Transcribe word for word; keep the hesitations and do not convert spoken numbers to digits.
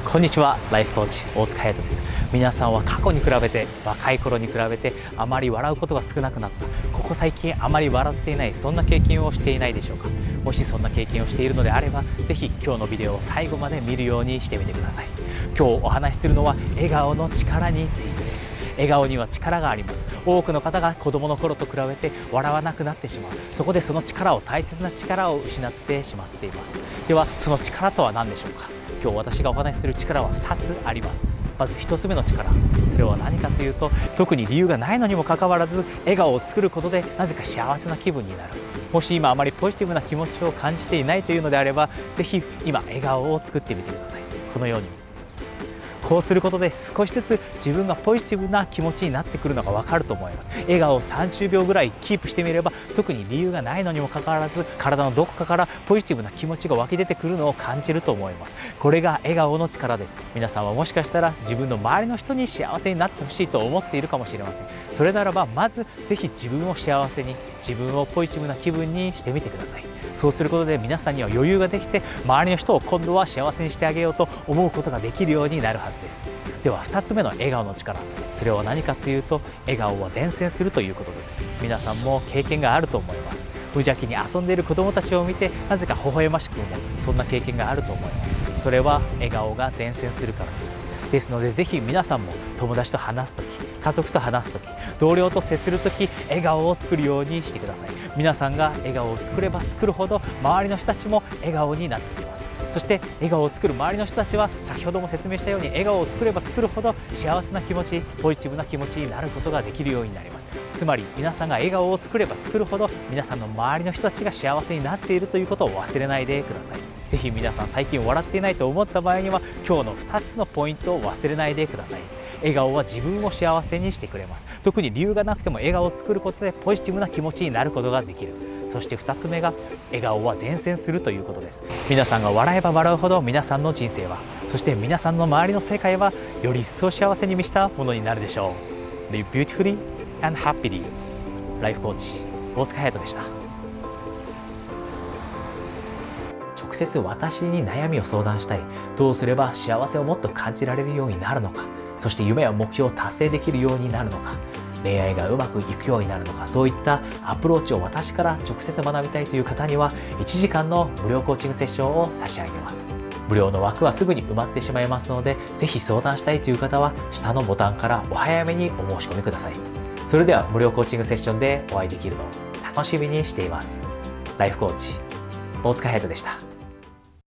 こんにちは、ライフコーチ大塚隼人です。皆さんは過去に比べて、若い頃に比べてあまり笑うことが少なくなった、ここ最近あまり笑っていない、そんな経験をしていないでしょうか。もしそんな経験をしているのであれば、ぜひ今日のビデオを最後まで見るようにしてみてください。今日お話しするのは笑顔の力についてです。笑顔には力があります。多くの方が子供の頃と比べて笑わなくなってしまう。そこでその力を、大切な力を失ってしまっています。ではその力とは何でしょうか。今日私がお話しする力はふたつあります。まずひとつめの力、それは何かというと、特に理由がないのにもかかわらず笑顔を作ることでなぜか幸せな気分になる。もし今あまりポジティブな気持ちを感じていないというのであれば、ぜひ今笑顔を作ってみてください。このようにこうすることで少しずつ自分がポジティブな気持ちになってくるのがわかると思います。笑顔をさんじゅうびょうぐらいキープしてみれば、特に理由がないのにもかかわらず体のどこかからポジティブな気持ちが湧き出てくるのを感じると思います。これが笑顔の力です。皆さんはもしかしたら自分の周りの人に幸せになってほしいと思っているかもしれません。それならばまずぜひ自分を幸せに、自分をポジティブな気分にしてみてください。そうすることで皆さんには余裕ができて、周りの人を今度は幸せにしてあげようと思うことができるようになるはずです。ではふたつめの笑顔の力、それは何かというと、笑顔は伝染するということです。皆さんも経験があると思います。無邪気に遊んでいる子どもたちを見てなぜか微笑ましく思う、そんな経験があると思います。それは笑顔が伝染するからです。ですのでぜひ皆さんも友達と話すとき、家族と話すとき、同僚と接するとき、笑顔を作るようにしてください。皆さんが笑顔を作れば作るほど周りの人たちも笑顔になってきます。そして笑顔を作る周りの人たちは、先ほども説明したように笑顔を作れば作るほど幸せな気持ち、ポジティブな気持ちになることができるようになります。つまり皆さんが笑顔を作れば作るほど皆さんの周りの人たちが幸せになっているということを忘れないでください。ぜひ皆さん最近笑っていないと思った場合には、今日のふたつのポイントを忘れないでください。笑顔は自分を幸せにしてくれます。特に理由がなくても笑顔を作ることでポジティブな気持ちになることができる。そしてふたつめが、笑顔は伝染するということです。皆さんが笑えば笑うほど皆さんの人生は、そして皆さんの周りの世界はより一層幸せに満ちたものになるでしょう。 Live beautifully and happily。 ライフコーチ大塚隼人でした。直接私に悩みを相談したい、どうすれば幸せをもっと感じられるようになるのか、そして夢や目標を達成できるようになるのか、恋愛がうまくいくようになるのか、そういったアプローチを私から直接学びたいという方には、いちじかんの無料コーチングセッションを差し上げます。無料の枠はすぐに埋まってしまいますので、ぜひ相談したいという方は下のボタンからお早めにお申し込みください。それでは無料コーチングセッションでお会いできるのを楽しみにしています。ライフコーチ大塚隼人でした。